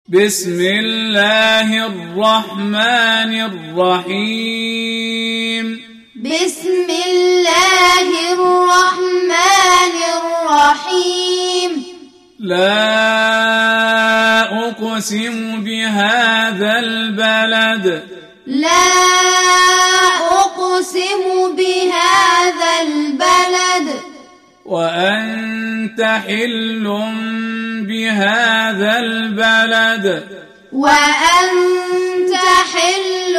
بسم الله الرحمن الرحيم بسم الله الرحمن الرحيم لا أقسم بهذا البلد لا أقسم بهذا البلد وأنت حل بهذا البلد وأنت حل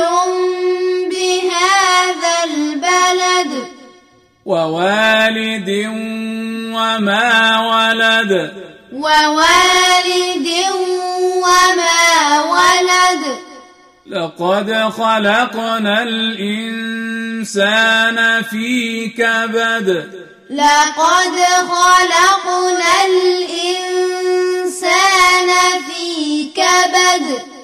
بهذا البلد ووالد وما ولد ووالد وما ولد لقد خلقنا الإنسان في كبد لقد خلقنا الإنسان في كبد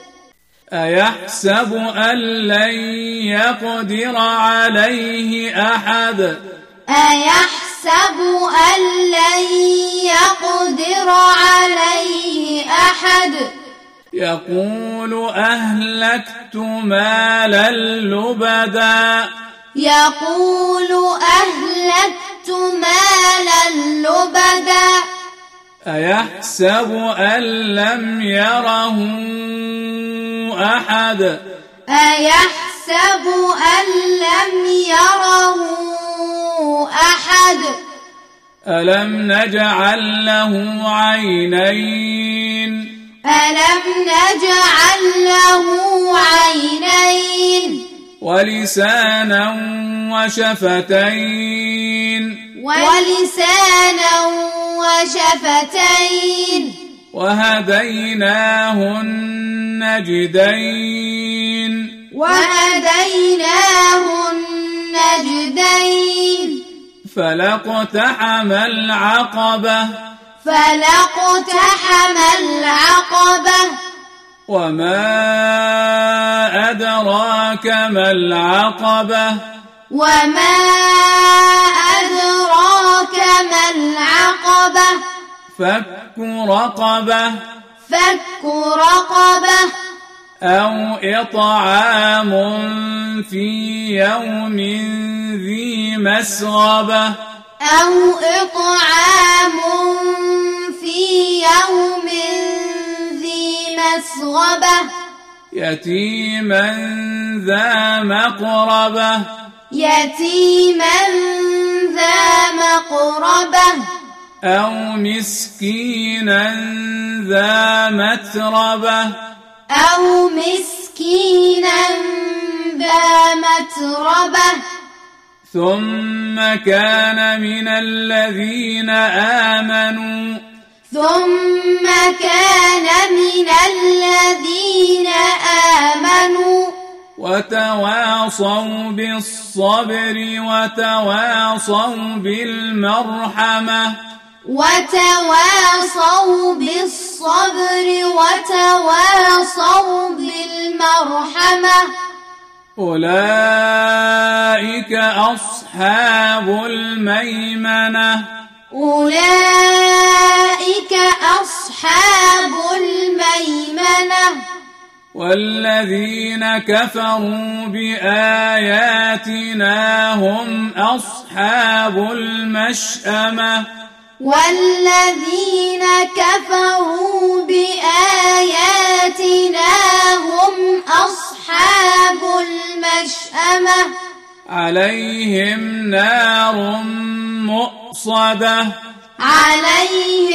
أيحسب أن لن يقدر عليه أحد أيحسب أن لن يقدر عليه أحد يقول أهلكت مالا لبدا يقول أهلكت مالا لبدا أيحسب أن لم يره أحد أيحسب أن لم يره أحد ألم نجعل له عينين ألم نجعل له عينين ولسانا وشفتين ولسانا وشفتين وهديناه النجدين وهديناه النجدين فلاقتحم العقبة فلاقتحم العقبة وما أدراك ما العقبة وما أدراك ما العقبة فك رقبة فك رقبة أو إطعام في يوم ذي مسغبة أو إطعام في يوم ذي مسغبة يتيما ذا مقربة يتيما ذا مقربة أو مسكينا ذا متربة أو مسكينا ذا متربة ثم كان من الذين آمنوا ثم كان من الذين آمنوا وتواصوا بالصبر وتواصوا بالمرحمة وتواصوا بالصبر وتواصوا بالمرحمة أولئك أصحاب الميمنة أولئك أصحاب الميمنة والذين كفروا بآياتنا هم أصحاب المشأمة والذين كفروا بآياتنا هم أصحاب المشأمة عليهم نار مؤصدة عليهم